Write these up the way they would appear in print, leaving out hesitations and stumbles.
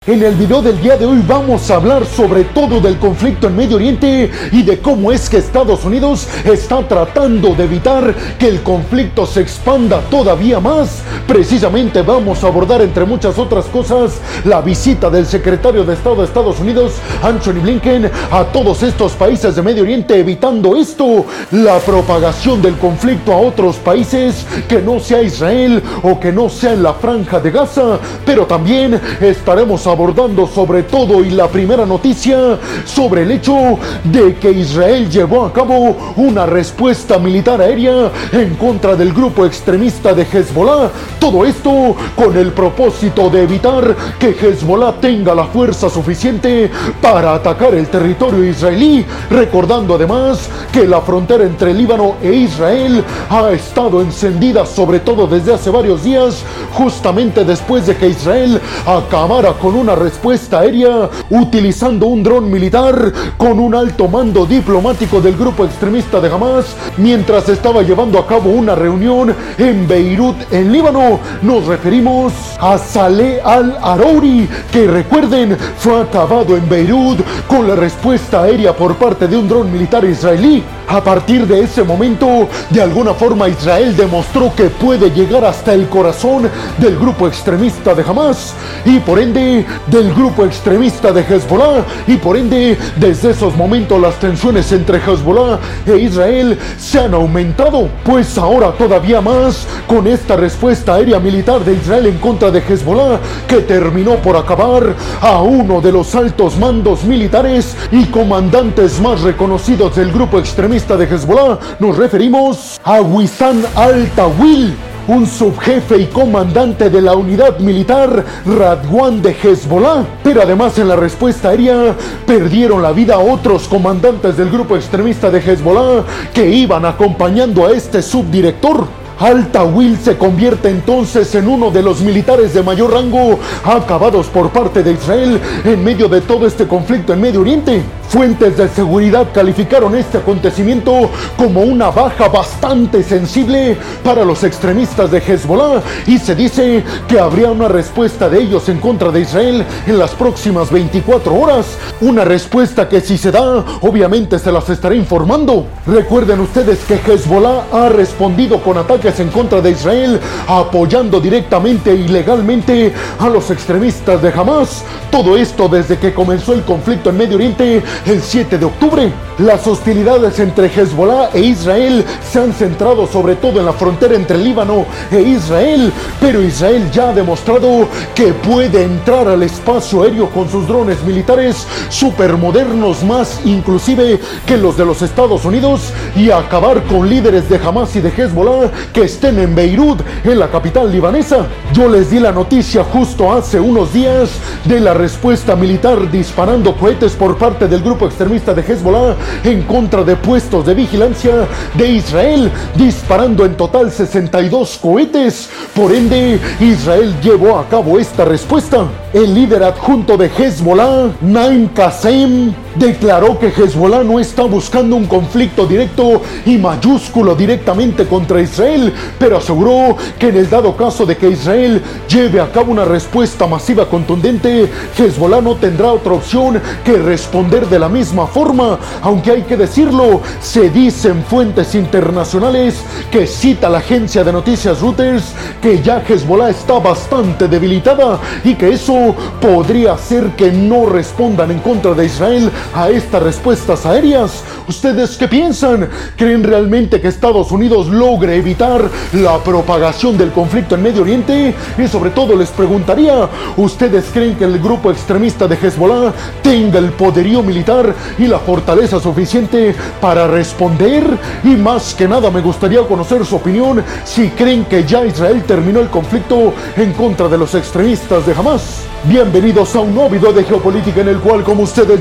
En el video del día de hoy vamos a hablar sobre todo del conflicto en Medio Oriente y de cómo es que Estados Unidos está tratando de evitar que el conflicto se expanda todavía más. Precisamente vamos a abordar, entre muchas otras cosas, la visita del secretario de Estado de Estados Unidos, Antony Blinken, a todos estos países de Medio Oriente, evitando esto, la propagación del conflicto a otros países que no sea Israel o que no sea en la Franja de Gaza, pero también estaremos abordando sobre todo, y la primera noticia, sobre el hecho de que Israel llevó a cabo una respuesta militar aérea en contra del grupo extremista de Hezbollah. Todo esto con el propósito de evitar que Hezbollah tenga la fuerza suficiente para atacar el territorio israelí, recordando además que la frontera entre Líbano e Israel ha estado encendida sobre todo desde hace varios días, justamente después de que Israel acabara con una respuesta aérea utilizando un dron militar con un alto mando diplomático del grupo extremista de Hamas, mientras estaba llevando a cabo una reunión en Beirut, en Líbano. Nos referimos a Saleh al-Arouri, que recuerden, fue acabado en Beirut con la respuesta aérea por parte de un dron militar israelí. A partir de ese momento, de alguna forma Israel demostró que puede llegar hasta el corazón del grupo extremista de Hamas y por ende del grupo extremista de Hezbollah, y por ende desde esos momentos las tensiones entre Hezbollah e Israel se han aumentado, pues ahora todavía más con esta respuesta aérea militar de Israel en contra de Hezbollah, que terminó por acabar a uno de los altos mandos militares y comandantes más reconocidos del grupo extremista de Hezbollah. Nos referimos a Wissam al-Tawil, un subjefe y comandante de la unidad militar Radwan de Hezbollah. Pero además, en la respuesta aérea perdieron la vida otros comandantes del grupo extremista de Hezbollah que iban acompañando a este subdirector. Al-Tawil se convierte entonces en uno de los militares de mayor rango acabados por parte de Israel en medio de todo este conflicto en Medio Oriente. Fuentes de seguridad calificaron este acontecimiento como una baja bastante sensible para los extremistas de Hezbollah, y se dice que habría una respuesta de ellos en contra de Israel en las próximas 24 horas. Una respuesta que, si se da, obviamente se las estaré informando. Recuerden ustedes que Hezbollah ha respondido con ataques en contra de Israel, apoyando directamente e ilegalmente a los extremistas de Hamas. Todo esto desde que comenzó el conflicto en Medio Oriente el 7 de octubre. Las hostilidades entre Hezbollah e Israel se han centrado sobre todo en la frontera entre Líbano e Israel, pero Israel ya ha demostrado que puede entrar al espacio aéreo con sus drones militares supermodernos, más inclusive que los de los Estados Unidos, y acabar con líderes de Hamas y de Hezbollah que estén en Beirut, en la capital libanesa. Yo les di la noticia justo hace unos días de la respuesta militar disparando cohetes por parte del grupo extremista de Hezbollah en contra de puestos de vigilancia de Israel, disparando en total 62 cohetes. Por ende, Israel llevó a cabo esta respuesta. El líder adjunto de Hezbollah, Naim Qassem, declaró que Hezbollah no está buscando un conflicto directo y mayúsculo directamente contra Israel, pero aseguró que en el dado caso de que Israel lleve a cabo una respuesta masiva contundente, Hezbollah no tendrá otra opción que responder de la misma forma. Aunque hay que decirlo, se dicen fuentes internacionales, que cita la agencia de noticias Reuters, que ya Hezbollah está bastante debilitada y que eso podría hacer que no respondan en contra de Israel a estas respuestas aéreas. ¿Ustedes qué piensan? ¿Creen realmente que Estados Unidos logre evitar la propagación del conflicto en Medio Oriente? Y sobre todo les preguntaría, ¿ustedes creen que el grupo extremista de Hezbollah tenga el poderío militar y la fortaleza suficiente para responder? Y más que nada me gustaría conocer su opinión, si creen que ya Israel terminó el conflicto en contra de los extremistas de Hamas. Bienvenidos a un nuevo video de geopolítica en el cual, como ustedes ya saben, les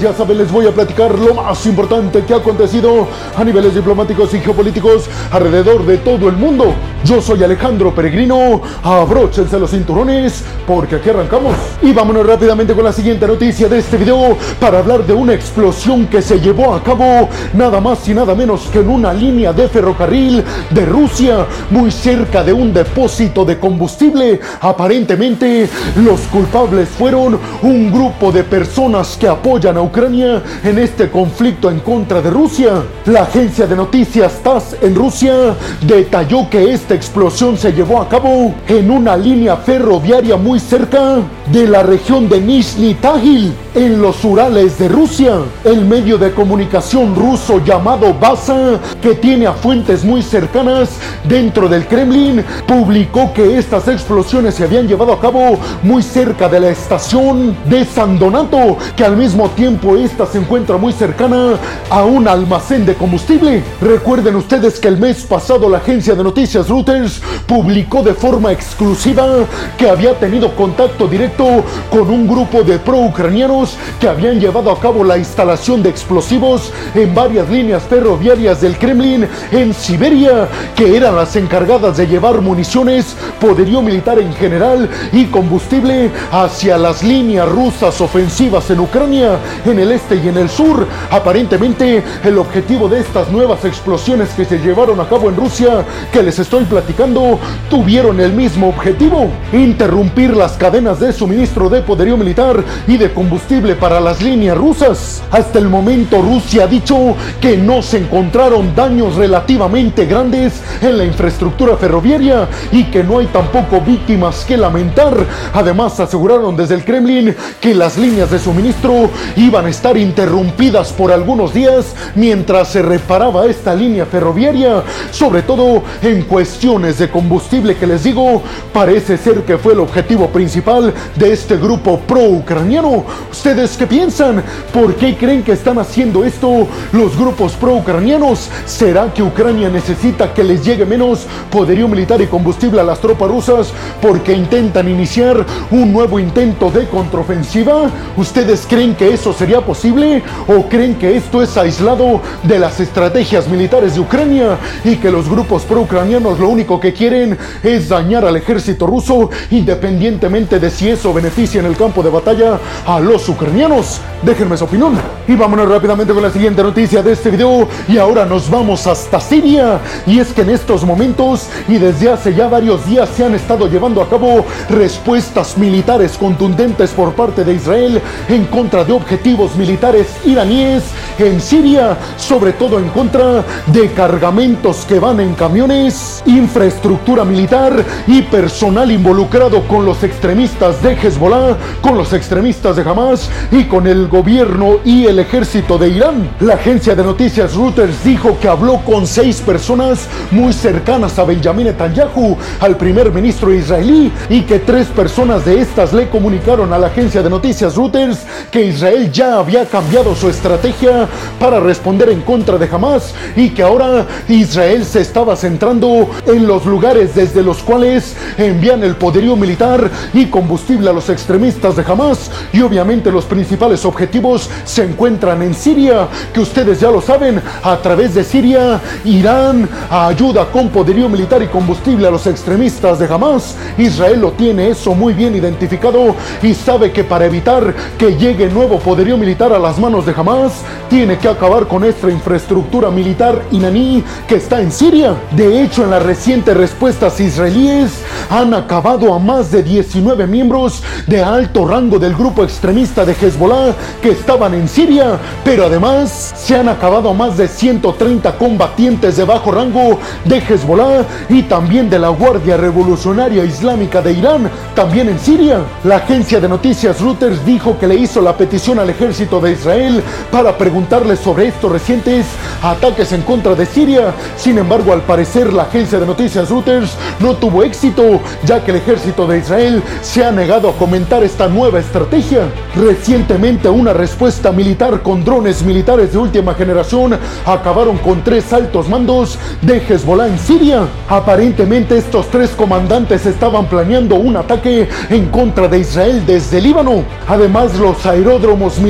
les voy a platicar lo más importante que ha acontecido a niveles diplomáticos y geopolíticos alrededor de todo el mundo. Yo soy Alejandro Peregrino, abróchense los cinturones porque aquí arrancamos. Y vámonos rápidamente con la siguiente noticia de este video para hablar de una explosión que se llevó a cabo nada más y nada menos que en una línea de ferrocarril de Rusia, muy cerca de un depósito de combustible. Aparentemente los culpables fueron un grupo de personas que apoyan a Ucrania en este conflicto en contra de Rusia. La agencia de noticias TASS en Rusia detalló que esta explosión se llevó a cabo en una línea ferroviaria muy cerca de la región de Nizhny Tagil, en los Urales de Rusia. El medio de comunicación ruso llamado Basa, que tiene a fuentes muy cercanas dentro del Kremlin, publicó que estas explosiones se habían llevado a cabo muy cerca de la estación de San Donato, que al mismo tiempo esta se encuentra muy cercana a un almacén de combustible. Recuerden ustedes que el mes pasado la agencia de noticias Reuters publicó de forma exclusiva que había tenido contacto directo con un grupo de pro-ucranianos que habían llevado a cabo la instalación de explosivos en varias líneas ferroviarias del Kremlin en Siberia, que eran las encargadas de llevar municiones, poderío militar en general y combustible hacia las líneas rusas ofensivas en Ucrania, en el este y en el sur. Aparentemente el objetivo de estas nuevas explosiones que se llevaron a cabo en Rusia, que les estoy platicando, tuvieron el mismo objetivo: interrumpir las cadenas de suministro de poderío militar y de combustible para las líneas rusas. Hasta el momento Rusia ha dicho que no se encontraron daños relativamente grandes en la infraestructura ferroviaria y que no hay tampoco víctimas que lamentar. Además aseguraron desde el Kremlin que las líneas de suministro iban a estar interrumpidas por algunos días mientras se reparaba esta línea ferroviaria, sobre todo en cuestiones de combustible, que les digo, parece ser que fue el objetivo principal de este grupo pro-ucraniano. ¿Ustedes qué piensan? ¿Por qué creen que están haciendo esto los grupos pro-ucranianos? ¿Será que Ucrania necesita que les llegue menos poderío militar y combustible a las tropas rusas porque intentan iniciar un nuevo intento de contraofensiva? ¿Ustedes creen que eso sería posible? ¿O creen que esto es aislado de las estrategias militares de Ucrania y que los grupos pro-ucranianos lo único que quieren es dañar al ejército ruso, independientemente de si eso beneficia en el campo de batalla a los ucranianos? Déjenme su opinión. Y vámonos rápidamente con la siguiente noticia de este video, y ahora nos vamos hasta Siria. Y es que en estos momentos y desde hace ya varios días se han estado llevando a cabo respuestas militares contundentes por parte de Israel en contra de objetivos militares iraníes en Siria, sobre todo en contra de cargamentos que van en camiones, infraestructura militar y personal involucrado con los extremistas de Hezbollah, con los extremistas de Hamas y con el gobierno y el ejército de Irán. La agencia de noticias Reuters dijo que habló con 6 personas muy cercanas a Benjamin Netanyahu, al primer ministro israelí, y que 3 personas de estas le comunicaron a la agencia de noticias Reuters que Israel ya había cambiado su estrategia para responder en contra de Hamas y que ahora Israel se estaba centrando en los lugares desde los cuales envían el poderío militar y combustible a los extremistas de Hamas, y obviamente los principales objetivos se encuentran en Siria, que ustedes ya lo saben. A través de Siria, Irán ayuda con poderío militar y combustible a los extremistas de Hamas. Israel lo tiene eso muy bien identificado y sabe que para evitar que llegue nuevo poderío militar a las manos de Hamas, tiene que acabar con esta infraestructura militar iraní que está en Siria. De hecho, en las recientes respuestas israelíes han acabado a más de 19 miembros de alto rango del grupo extremista de Hezbollah que estaban en Siria, pero además se han acabado a más de 130 combatientes de bajo rango de Hezbollah y también de la Guardia Revolucionaria Islámica de Irán, también en Siria. La agencia de noticias Reuters dijo que le hizo la petición al ejército de Israel para preguntarle sobre estos recientes ataques en contra de Siria. Sin embargo, al parecer la agencia de noticias Reuters no tuvo éxito, ya que el ejército de Israel se ha negado a comentar esta nueva estrategia. Recientemente una respuesta militar con drones militares de última generación acabaron con 3 altos mandos de Hezbollah en Siria. Aparentemente estos 3 comandantes estaban planeando un ataque en contra de Israel desde Líbano. Además, los aeródromos militares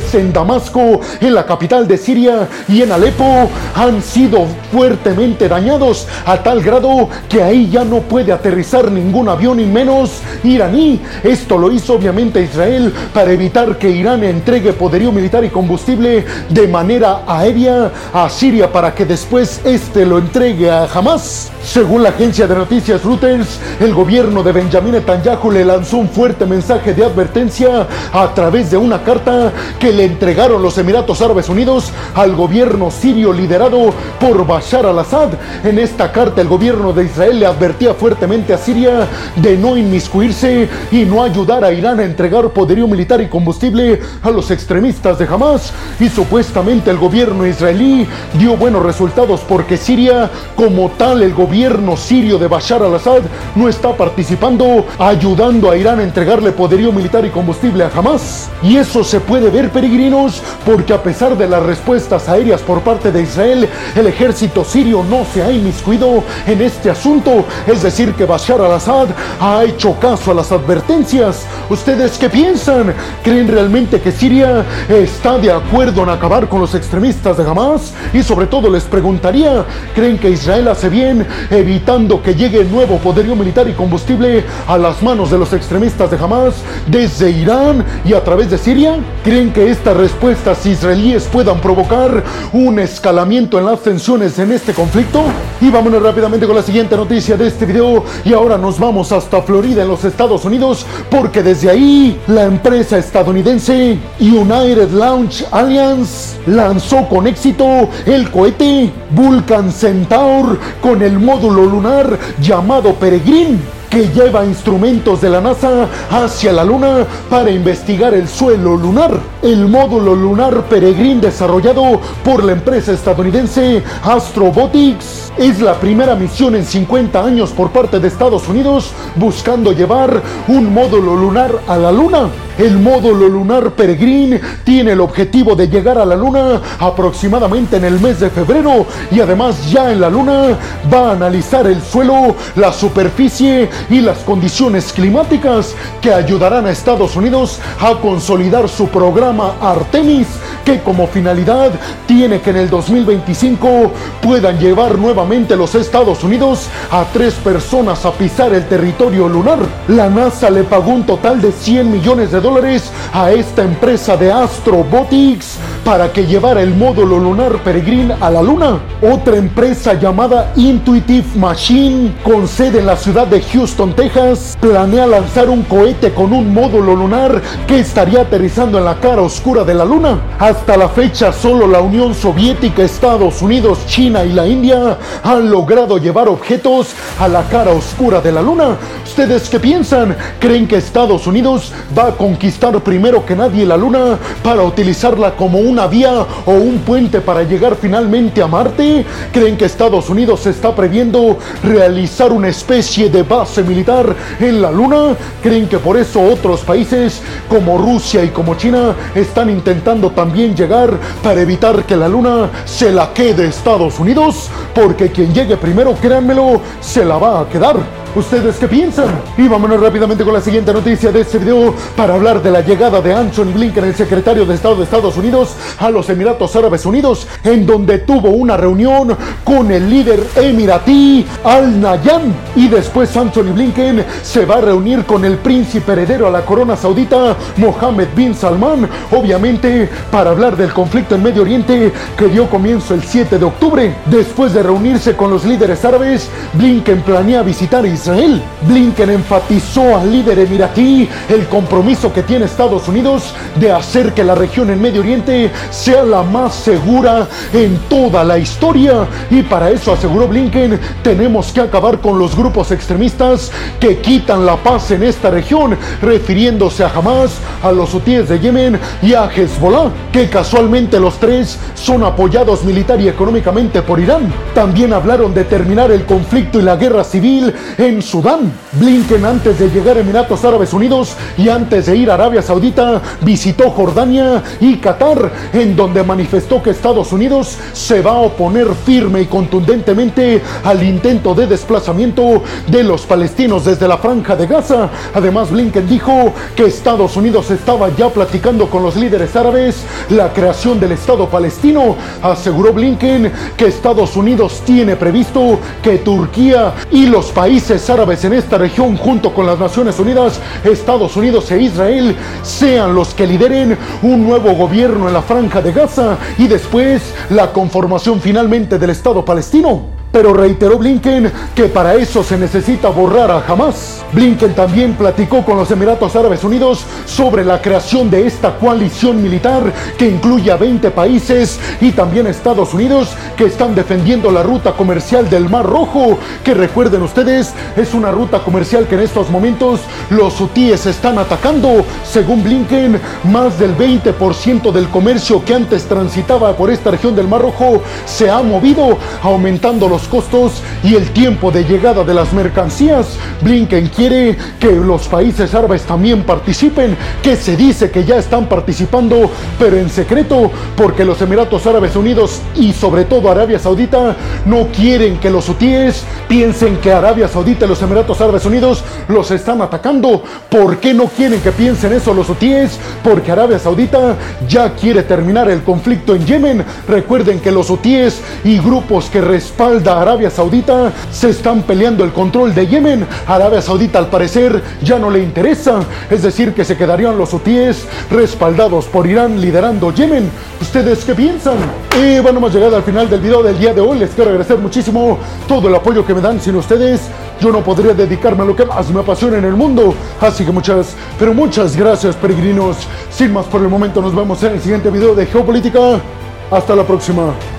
civiles en Damasco, en la capital de Siria, y en Alepo han sido fuertemente dañados a tal grado que ahí ya no puede aterrizar ningún avión y menos iraní. Esto lo hizo obviamente Israel para evitar que Irán entregue poderío militar y combustible de manera aérea a Siria para que después lo entregue a Hamas. Según la agencia de noticias Reuters, el gobierno de Benjamín Netanyahu le lanzó un fuerte mensaje de advertencia a través de una carta que le entregaron los Emiratos Árabes Unidos al gobierno sirio liderado por Bashar al-Assad. En esta carta el gobierno de Israel le advertía fuertemente a Siria de no inmiscuirse y no ayudar a Irán a entregar poderío militar y combustible a los extremistas de Hamas, y supuestamente el gobierno israelí dio buenos resultados porque Siria, como tal, el gobierno sirio de Bashar al-Assad no está participando ayudando a Irán a entregarle poderío militar y combustible a Hamas. Y eso se puede ver, peregrinos, porque a pesar de las respuestas aéreas por parte de Israel, el ejército sirio no se ha inmiscuido en este asunto. Es decir, que Bashar al-Assad ha hecho caso a las advertencias. ¿Ustedes qué piensan? ¿Creen realmente que Siria está de acuerdo en acabar con los extremistas de Hamas? Y sobre todo les preguntaría, ¿creen que Israel hace bien evitando que llegue nuevo poderío militar y combustible a las manos de los extremistas de Hamas desde Irán y a través de Siria? ¿Creen que estas respuestas israelíes puedan provocar un escalamiento en las tensiones en este conflicto? Y vámonos rápidamente con la siguiente noticia de este video, y ahora nos vamos hasta Florida en los Estados Unidos, porque desde ahí la empresa estadounidense United Launch Alliance lanzó con éxito el cohete Vulcan Centaur con el módulo lunar llamado Peregrine, que lleva instrumentos de la NASA hacia la Luna para investigar el suelo lunar. El módulo lunar Peregrine, desarrollado por la empresa estadounidense Astrobotics, es la primera misión en 50 años por parte de Estados Unidos buscando llevar un módulo lunar a la Luna. El módulo lunar Peregrine tiene el objetivo de llegar a la Luna aproximadamente en el mes de febrero, y además ya en la Luna va a analizar el suelo, la superficie y las condiciones climáticas que ayudarán a Estados Unidos a consolidar su programa Artemis, que como finalidad tiene que en el 2025 puedan llevar nuevamente los Estados Unidos a 3 personas a pisar el territorio lunar. La NASA le pagó un total de $100 millones a esta empresa de Astrobotics para que llevara el módulo lunar Peregrine a la Luna. Otra empresa llamada Intuitive Machine, con sede en la ciudad de Houston, Texas, planea lanzar un cohete con un módulo lunar que estaría aterrizando en la cara oscura de la Luna. Hasta la fecha, solo la Unión Soviética, Estados Unidos, China y la India han logrado llevar objetos a la cara oscura de la Luna. ¿Ustedes qué piensan? ¿Creen que Estados Unidos va a conquistar primero que nadie la Luna para utilizarla como una vía o un puente para llegar finalmente a Marte? ¿Creen que Estados Unidos está previendo realizar una especie de base militar en la Luna? ¿Creen que por eso otros países como Rusia y como China están intentando también llegar para evitar que la Luna se la quede Estados Unidos? Porque quien llegue primero, créanmelo, se la va a quedar. ¿Ustedes qué piensan? Y vámonos rápidamente con la siguiente noticia de este video para hablar de la llegada de Antony Blinken, el secretario de Estado de Estados Unidos, a los Emiratos Árabes Unidos, en donde tuvo una reunión con el líder emiratí Al Nahyan. Y después Antony Blinken se va a reunir con el príncipe heredero a la corona saudita, Mohammed bin Salman, obviamente para hablar del conflicto en Medio Oriente que dio comienzo el 7 de octubre. Después de reunirse con los líderes árabes, Blinken planea visitar Israel. Blinken enfatizó al líder emiratí el compromiso que tiene Estados Unidos de hacer que la región en Medio Oriente sea la más segura en toda la historia, y para eso, aseguró Blinken, tenemos que acabar con los grupos extremistas que quitan la paz en esta región, refiriéndose a Hamas, a los hutíes de Yemen y a Hezbollah, que casualmente los tres son apoyados militar y económicamente por Irán. También hablaron de terminar el conflicto y la guerra civil en Sudán. Blinken, antes de llegar a Emiratos Árabes Unidos y antes de ir a Arabia Saudita, visitó Jordania y Qatar, en donde manifestó que Estados Unidos se va a oponer firme y contundentemente al intento de desplazamiento de los palestinos desde la Franja de Gaza. Además, Blinken dijo que Estados Unidos estaba ya platicando con los líderes árabes la creación del Estado palestino. Aseguró Blinken que Estados Unidos tiene previsto que Turquía y los países árabes en esta región, junto con las Naciones Unidas, Estados Unidos e Israel, sean los que lideren un nuevo gobierno en la Franja de Gaza y después la conformación finalmente del Estado palestino. Pero reiteró Blinken que para eso se necesita borrar a Hamas. Blinken también platicó con los Emiratos Árabes Unidos sobre la creación de esta coalición militar que incluye a 20 países y también Estados Unidos, que están defendiendo la ruta comercial del Mar Rojo, que recuerden ustedes, es una ruta comercial que en estos momentos los hutíes están atacando. Según Blinken, más del 20% del comercio que antes transitaba por esta región del Mar Rojo se ha movido, aumentando los costos y el tiempo de llegada de las mercancías. Blinken quiere que los países árabes también participen, que se dice que ya están participando, pero en secreto, porque los Emiratos Árabes Unidos y sobre todo Arabia Saudita no quieren que los hutíes piensen que Arabia Saudita y los Emiratos Árabes Unidos los están atacando. ¿Por qué no quieren que piensen eso los hutíes? Porque Arabia Saudita ya quiere terminar el conflicto en Yemen. Recuerden que los hutíes y grupos que respaldan a Arabia Saudita se están peleando el control de Yemen. Arabia Saudita al parecer ya no le interesa, es decir, que se quedarían los hutíes respaldados por Irán liderando Yemen. ¿Ustedes qué piensan? Y bueno, hemos llegado al final del video del día de hoy. Les quiero agradecer muchísimo todo el apoyo que me dan. Sin ustedes yo no podría dedicarme a lo que más me apasiona en el mundo. Así que muchas, pero muchas gracias, peregrinos. Sin más por el momento, nos vemos en el siguiente video de Geopolítica. Hasta la próxima.